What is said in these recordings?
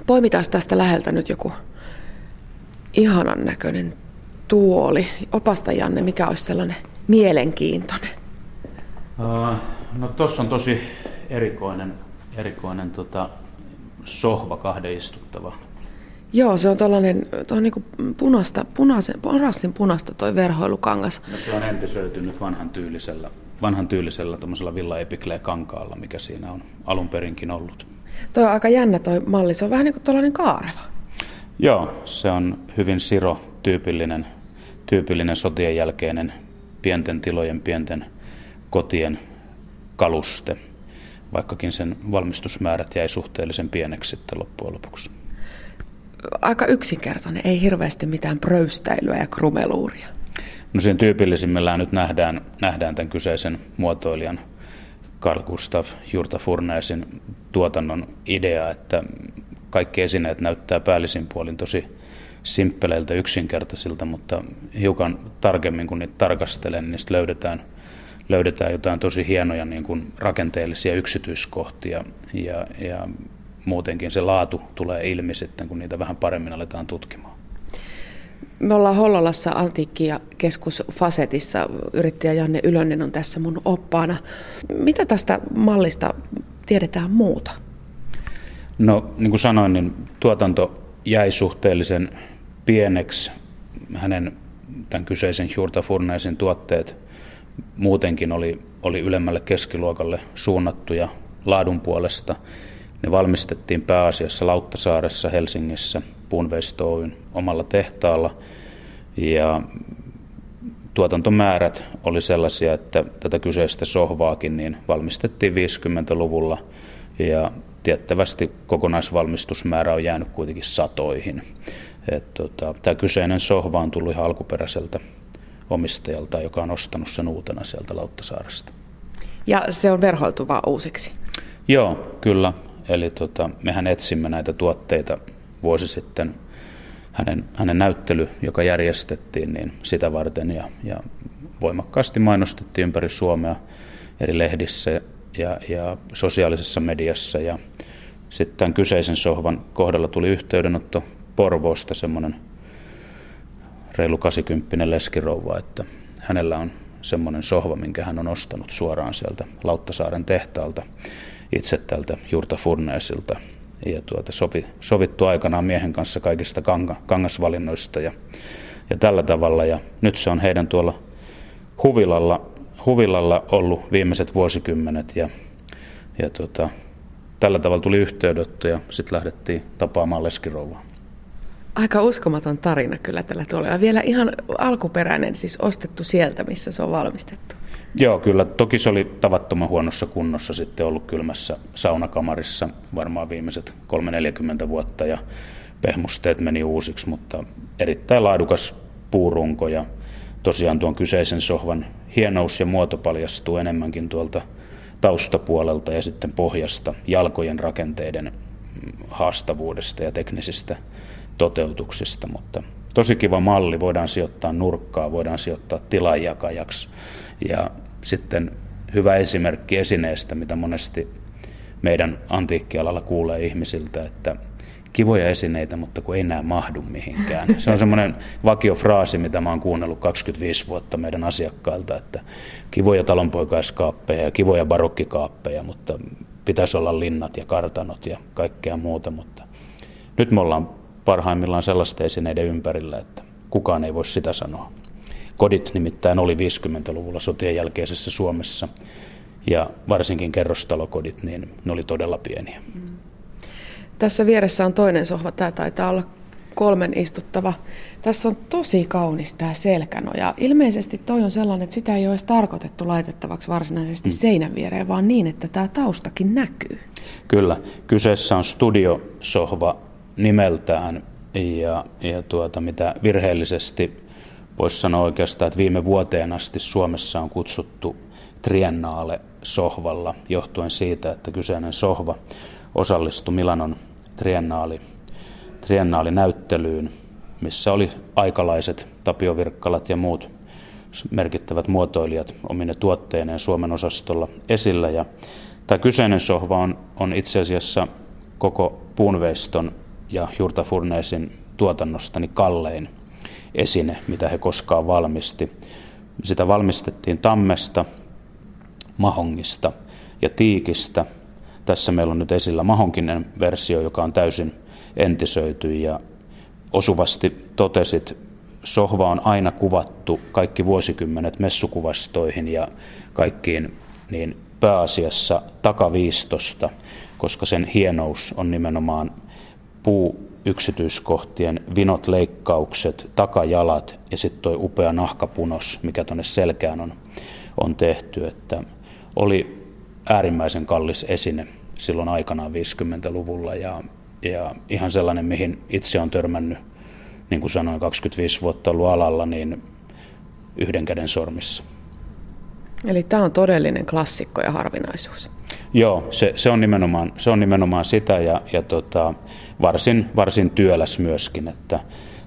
Poimitaan tästä läheltä nyt joku ihanan näköinen tuoli. Opasta Janne, mikä olisi sellainen mielenkiintoinen? No tossa on tosi erikoinen sohva, kahden istuttava. Joo, se on tuollainen niinku oranssin punaista toi verhoilukangas. No, se on entisöitynyt vanhan tyylisellä tuommoisella Villa Epiclee kankaalla, mikä siinä on alun perinkin ollut. Toi on aika jännä toi malli, se on vähän niin kuin tuollainen kaareva. Joo, se on hyvin tyypillinen sotien jälkeinen pienten tilojen, pienten kotien kaluste, vaikkakin sen valmistusmäärät jäi suhteellisen pieneksi sitten loppujen lopuksi. Aika yksinkertainen, ei hirveästi mitään pröystäilyä ja krumeluuria. No siinä tyypillisimmillään nyt nähdään tämän kyseisen muotoilijan Carl Gustav Jurta Furnaesin tuotannon idea, että kaikki esineet näyttää päällisin puolin tosi simppeleiltä, yksinkertaisilta, mutta hiukan tarkemmin kun niitä tarkastelen, niin niistä löydetään jotain tosi hienoja niin kuin rakenteellisia yksityiskohtia ja muutenkin se laatu tulee ilmi sitten, kun niitä vähän paremmin aletaan tutkimaan. Me ollaan Hollolassa Antiikki- ja keskus Fasetissa. Yrittäjä Janne Ylönen on tässä mun oppaana. Mitä tästä mallista tiedetään muuta? No niin kuin sanoin, niin tuotanto jäi suhteellisen pieneksi. Tämän kyseisen Jurta Furnaesin tuotteet muutenkin oli ylemmälle keskiluokalle suunnattuja laadun puolesta. Ne valmistettiin pääasiassa Lauttasaaressa, Helsingissä, Puunveisto Oyn omalla tehtaalla. Ja tuotantomäärät oli sellaisia, että tätä kyseistä sohvaakin niin valmistettiin 50-luvulla. Ja tiettävästi kokonaisvalmistusmäärä on jäänyt kuitenkin satoihin. Tämä kyseinen sohva on tullut ihan alkuperäiseltä omistajalta, joka on ostanut sen uutena sieltä Lauttasaaresta. Ja se on verhoiltu vaan uusiksi? Joo, kyllä. Eli mehän etsimme näitä tuotteita vuosi sitten. Hänen näyttely, joka järjestettiin, niin sitä varten ja voimakkaasti mainostettiin ympäri Suomea eri lehdissä ja sosiaalisessa mediassa. Ja sitten tämän kyseisen sohvan kohdalla tuli yhteydenotto Porvoosta, semmoinen reilu 80 leskirouva, että hänellä on semmoinen sohva, minkä hän on ostanut suoraan sieltä Lauttasaaren tehtaalta itse tältä Jurta Furnaesilta. Ja sovittu aikanaan miehen kanssa kaikista kangasvalinnoista ja tällä tavalla. Ja nyt se on heidän tuolla huvilalla ollut viimeiset vuosikymmenet ja tällä tavalla tuli yhteydenotto ja sitten lähdettiin tapaamaan leskirouvaa. Aika uskomaton tarina kyllä tällä tuolla. Ja vielä ihan alkuperäinen, siis ostettu sieltä, missä se on valmistettu. Joo, kyllä. Toki se oli tavattoman huonossa kunnossa sitten ollut kylmässä saunakamarissa varmaan viimeiset 30-40 vuotta ja pehmusteet meni uusiksi, mutta erittäin laadukas puurunko ja tosiaan tuon kyseisen sohvan hienous ja muoto paljastuu enemmänkin tuolta taustapuolelta ja sitten pohjasta, jalkojen rakenteiden haastavuudesta ja teknisistä toteutuksista, mutta tosi kiva malli, voidaan sijoittaa nurkkaa, voidaan sijoittaa tilanjakajaksi ja sitten hyvä esimerkki esineestä, mitä monesti meidän antiikkialalla kuulee ihmisiltä, että kivoja esineitä, mutta kun ei enää mahdu mihinkään. Se on semmoinen vakiofraasi, mitä mä oon kuunnellut 25 vuotta meidän asiakkailta, että kivoja talonpoikaiskaappeja ja kivoja barokkikaappeja, mutta pitäisi olla linnat ja kartanot ja kaikkea muuta, mutta nyt me ollaan parhaimmillaan sellaisten esineiden ympärillä, että kukaan ei voi sitä sanoa. Kodit nimittäin oli 50-luvulla sotien jälkeisessä Suomessa ja varsinkin kerrostalokodit, niin ne oli todella pieniä. Tässä vieressä on toinen sohva, tämä taitaa olla 3 istuttava. Tässä on tosi kaunis tämä selkänoja. Ilmeisesti toi on sellainen, että sitä ei ole edes tarkoitettu laitettavaksi varsinaisesti seinän viereen, vaan niin, että tämä taustakin näkyy. Kyllä, kyseessä on studiosohva nimeltään ja mitä virheellisesti voisi sanoa oikeastaan, että viime vuoteen asti Suomessa on kutsuttu Triennale-sohvalla johtuen siitä, että kyseinen sohva osallistui Milanon Triennaalinäyttelyyn, missä oli aikalaiset Tapio Virkkalat ja muut merkittävät muotoilijat omine tuotteineen Suomen osastolla esillä. Ja tämä kyseinen sohva on itse asiassa koko Puunveiston ja Hurta-Furnacein tuotannostani kallein esine, mitä he koskaan valmisti. Sitä valmistettiin tammesta, mahongista ja tiikistä. Tässä meillä on nyt esillä mahonkinen versio, joka on täysin entisöity, ja osuvasti totesit, sohva on aina kuvattu kaikki vuosikymmenet messukuvastoihin ja kaikkiin niin pääasiassa takaviistosta, koska sen hienous on nimenomaan puuyksityiskohtien vinot, leikkaukset, takajalat ja sitten tuo upea nahkapunos, mikä tuonne selkään on tehty. Että oli äärimmäisen kallis esine silloin aikanaan 50-luvulla ja ihan sellainen, mihin itse on törmännyt, niin kuin sanoin, 25 vuotta ollut alalla, niin yhden käden sormissa. Eli tämä on todellinen klassikko ja harvinaisuus. Joo, se on nimenomaan sitä ja varsin työläs myöskin, että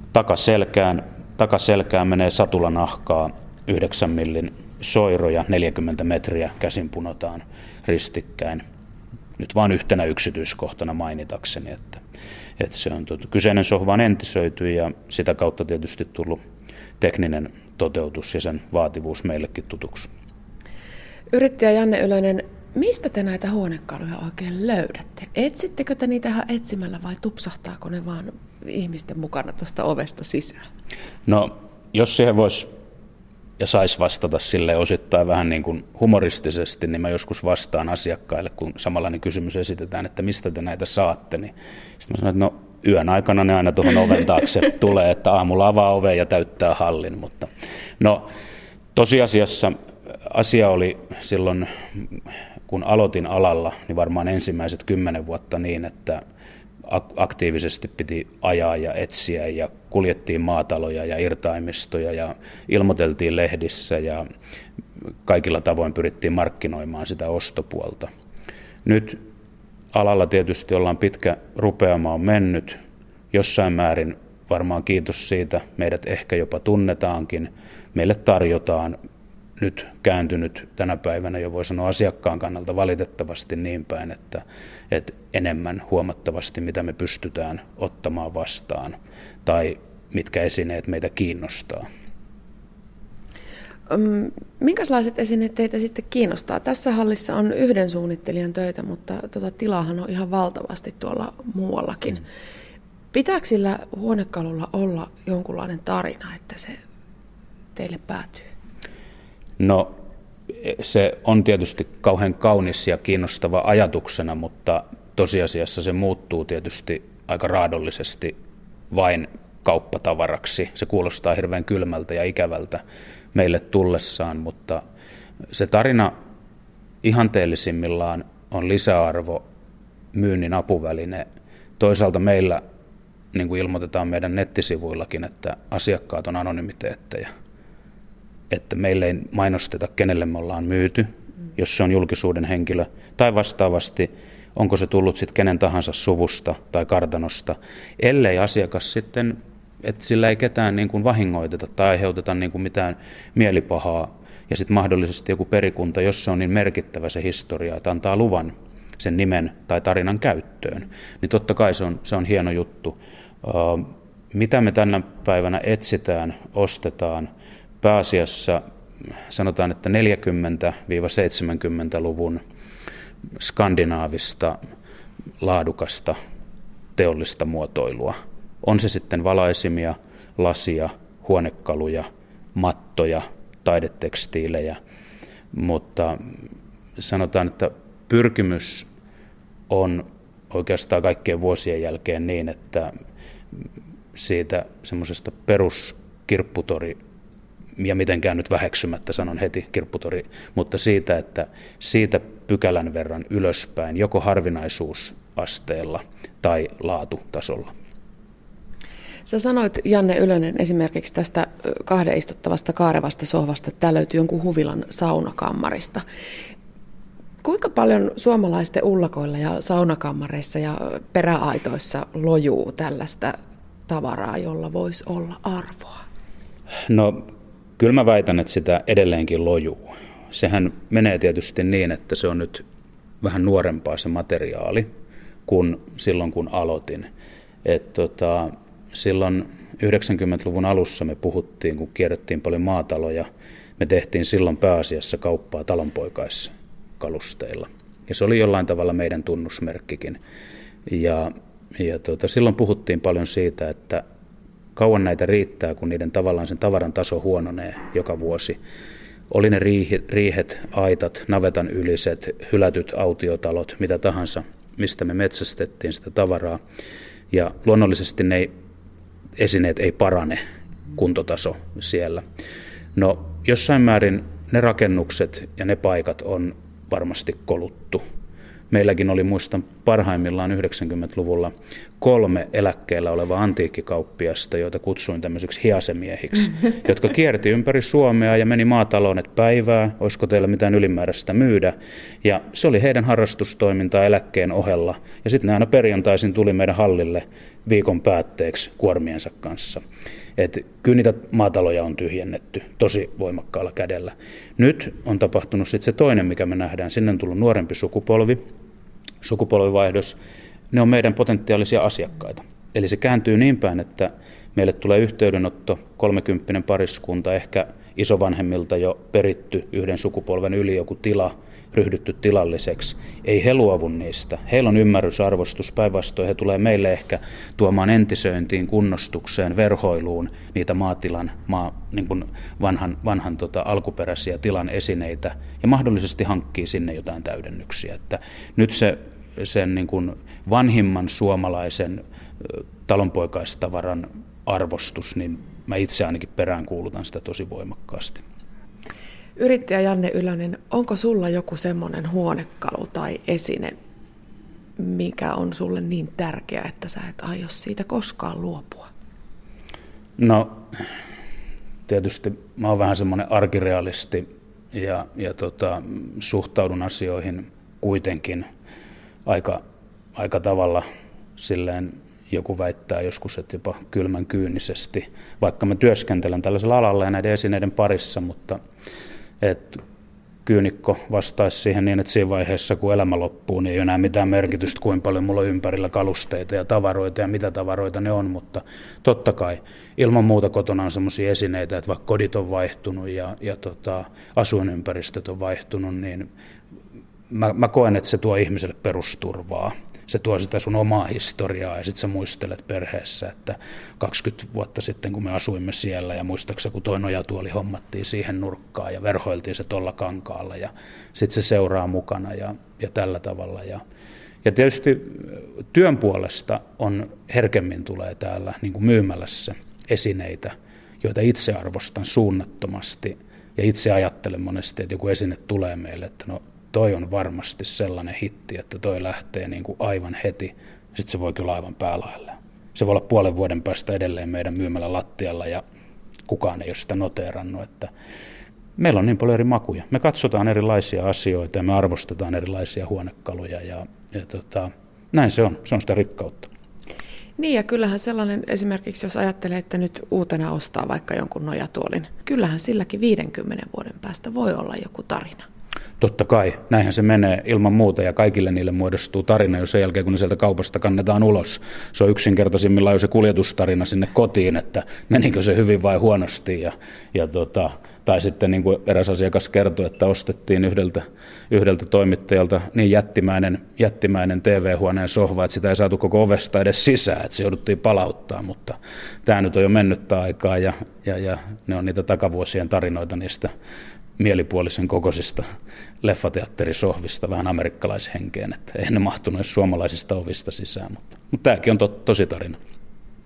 takaselkään menee satulanahkaa 9 millin soiroja, 40 metriä käsin punotaan ristikkäin. Nyt vain yhtenä yksityiskohtana mainitakseni, että se on kyseinen sohva on entisöity ja sitä kautta tietysti tullut tekninen toteutus ja sen vaativuus meillekin tutuksi. Yrittäjä Janne Ylönen, mistä te näitä huonekaluja oikein löydätte? Etsittekö te niitä ihan etsimällä vai tupsahtaako ne vaan ihmisten mukana tuosta ovesta sisään? No, jos siihen voisi ja saisi vastata sille osittain vähän niin kuin humoristisesti, niin mä joskus vastaan asiakkaille, kun samanlainen kysymys esitetään, että mistä te näitä saatte, niin sitten mä sanon, että no yön aikana ne aina tuohon oven taakse tulee, että aamulla avaa oven ja täyttää hallin, mutta no tosiasiassa asia oli silloin, kun aloitin alalla, niin varmaan ensimmäiset 10 vuotta niin, että aktiivisesti piti ajaa ja etsiä ja kuljettiin maataloja ja irtaimistoja ja ilmoiteltiin lehdissä ja kaikilla tavoin pyrittiin markkinoimaan sitä ostopuolta. Nyt alalla tietysti ollaan pitkä rupeama on mennyt, jossain määrin varmaan kiitos siitä, meidät ehkä jopa tunnetaankin, meille tarjotaan nyt kääntynyt tänä päivänä jo voi sanoa asiakkaan kannalta valitettavasti niin päin, että enemmän huomattavasti mitä me pystytään ottamaan vastaan tai mitkä esineet meitä kiinnostaa. Minkälaiset esineet teitä sitten kiinnostaa? Tässä hallissa on yhden suunnittelijan töitä, mutta tilaahan on ihan valtavasti tuolla muuallakin. Pitääkö sillä huonekalulla olla jonkunlainen tarina, että se teille päätyy? No se on tietysti kauhean kaunis ja kiinnostava ajatuksena, mutta tosiasiassa se muuttuu tietysti aika raadollisesti vain kauppatavaraksi. Se kuulostaa hirveän kylmältä ja ikävältä meille tullessaan, mutta se tarina ihanteellisimmillaan on lisäarvo, myynnin apuväline. Toisaalta meillä, niin kuin ilmoitetaan meidän nettisivuillakin, että asiakkaat on anonymiteetteja. Että meille ei mainosteta, kenelle me ollaan myyty, jos se on julkisuuden henkilö, tai vastaavasti, onko se tullut sitten kenen tahansa suvusta tai kartanosta, ellei asiakas sitten, että sillä ei ketään niin kuin vahingoiteta tai aiheuteta niin kuin mitään mielipahaa, ja sitten mahdollisesti joku perikunta, jos se on niin merkittävä se historia, että antaa luvan sen nimen tai tarinan käyttöön, niin totta kai se on hieno juttu. Mitä me tänä päivänä etsitään, ostetaan, pääasiassa sanotaan, että 40-70-luvun skandinaavista laadukasta teollista muotoilua. On se sitten valaisimia, lasia, huonekaluja, mattoja, taidetekstiilejä, mutta sanotaan, että pyrkimys on oikeastaan kaikkien vuosien jälkeen niin, että siitä semmoisesta peruskirpputori ja mitenkään nyt väheksymättä sanon heti kirpputori, mutta siitä, että siitä pykälän verran ylöspäin, joko harvinaisuusasteella tai laatutasolla. Sä sanoit, Janne Ylönen, esimerkiksi tästä kahden istuttavasta kaarevasta sohvasta, että tämä löytyy jonkun huvilan saunakammarista. Kuinka paljon suomalaisten ullakoilla ja saunakammareissa ja peräaitoissa lojuu tällaista tavaraa, jolla voisi olla arvoa? No, kyllä mä väitän, että sitä edelleenkin lojuu. Sehän menee tietysti niin, että se on nyt vähän nuorempaa se materiaali kuin silloin, kun aloitin. Silloin 90-luvun alussa me puhuttiin, kun kierrettiin paljon maataloja, me tehtiin silloin pääasiassa kauppaa talonpoikaiskalusteilla. Ja se oli jollain tavalla meidän tunnusmerkkikin. Silloin puhuttiin paljon siitä, että kauan näitä riittää, kun niiden tavallaan sen tavaran taso huononee joka vuosi. Oli ne riihet, aitat, navetan yliset, hylätyt autiotalot, mitä tahansa, mistä me metsästettiin sitä tavaraa. Ja luonnollisesti ne esineet ei parane, kuntotaso siellä. No jossain määrin ne rakennukset ja ne paikat on varmasti koluttu. Meilläkin oli, muistan parhaimmillaan 90-luvulla 3 eläkkeellä olevaa antiikkikauppiasta, joita kutsuin tämmöisiksi hiasemiehiksi, jotka kierti ympäri Suomea ja meni maataloon, että päivää, olisiko teillä mitään ylimääräistä myydä. Ja se oli heidän harrastustoimintaa eläkkeen ohella. Ja sitten ne aina perjantaisin tuli meidän hallille viikon päätteeksi kuormiensa kanssa. Että kyllä niitä maataloja on tyhjennetty tosi voimakkaalla kädellä. Nyt on tapahtunut sitten se toinen, mikä me nähdään. Sinne on tullut nuorempi sukupolvivaihdos. Ne on meidän potentiaalisia asiakkaita. Eli se kääntyy niin päin, että meille tulee yhteydenotto, 30 pariskunta, ehkä isovanhemmilta jo peritty yhden sukupolven yli joku tila, ryhdytty tilalliseksi. Ei he luovu niistä. Heillä on ymmärrysarvostus, päinvastoin he tulee meille ehkä tuomaan entisöintiin, kunnostukseen, verhoiluun niitä maatilan, niin kuin vanhan alkuperäisiä tilan esineitä ja mahdollisesti hankkii sinne jotain täydennyksiä. Että nyt sen niin kuin vanhimman suomalaisen talonpoikaistavaran arvostus, niin mä itse ainakin peräänkuulutan sitä tosi voimakkaasti. Yrittäjä Janne Ylönen, onko sulla joku semmoinen huonekalu tai esine, mikä on sulle niin tärkeä, että sä et aio siitä koskaan luopua? No, tietysti mä oon vähän semmoinen arkirealisti ja suhtaudun asioihin kuitenkin aika tavalla silleen, joku väittää joskus, että jopa kylmän kyynisesti, vaikka mä työskentelen tällaisella alalla ja näiden esineiden parissa, mutta kyynikko vastaisi siihen niin, että siinä vaiheessa, kun elämä loppuu, niin ei ole enää mitään merkitystä, kuinka paljon mulla on ympärillä kalusteita ja tavaroita ja mitä tavaroita ne on, mutta totta kai ilman muuta kotona on sellaisia esineitä, että vaikka kodit on vaihtunut ja asuinympäristöt on vaihtunut, niin mä koen, että se tuo ihmiselle perusturvaa. Se tuo sitä sun omaa historiaa ja sitten sä muistelet perheessä, että 20 vuotta sitten kun me asuimme siellä ja muistaakseni kun toi nojatuoli hommattiin siihen nurkkaan ja verhoiltiin se tuolla kankaalla ja sitten se seuraa mukana ja tällä tavalla. Ja tietysti työn puolesta on herkemmin tulee täällä niin kuin myymälässä esineitä, joita itse arvostan suunnattomasti ja itse ajattelen monesti, että joku esine tulee meille, että no toi on varmasti sellainen hitti, että toi lähtee niin kuin aivan heti. Sitten se voi kyllä aivan päälailleen. Se voi olla puolen vuoden päästä edelleen meidän myymällä lattialla ja kukaan ei ole sitä noteerannut. Että meillä on niin paljon eri makuja. Me katsotaan erilaisia asioita ja me arvostetaan erilaisia huonekaluja ja näin se on. Se on sitä rikkautta. Niin ja kyllähän sellainen esimerkiksi, jos ajattelee, että nyt uutena ostaa vaikka jonkun nojatuolin, kyllähän silläkin 50 vuoden päästä voi olla joku tarina. Totta kai, näinhän se menee ilman muuta ja kaikille niille muodostuu tarina jo sen jälkeen, kun ne sieltä kaupasta kannetaan ulos. Se on yksinkertaisimmillaan jo se kuljetustarina sinne kotiin, että menikö se hyvin vai huonosti. Tai sitten niin kuin eräs asiakas kertoi, että ostettiin yhdeltä toimittajalta niin jättimäinen TV-huoneen sohva, että sitä ei saatu koko ovesta edes sisään, että se jouduttiin palauttaa, mutta tämä nyt on jo mennyttä aikaa ja ne on niitä takavuosien tarinoita niistä mielipuolisen kokoisista leffateatterisohvista vähän amerikkalaishenkeen, että ei ne mahtunut edes suomalaisista ovista sisään, mutta tämäkin on tosi tarina.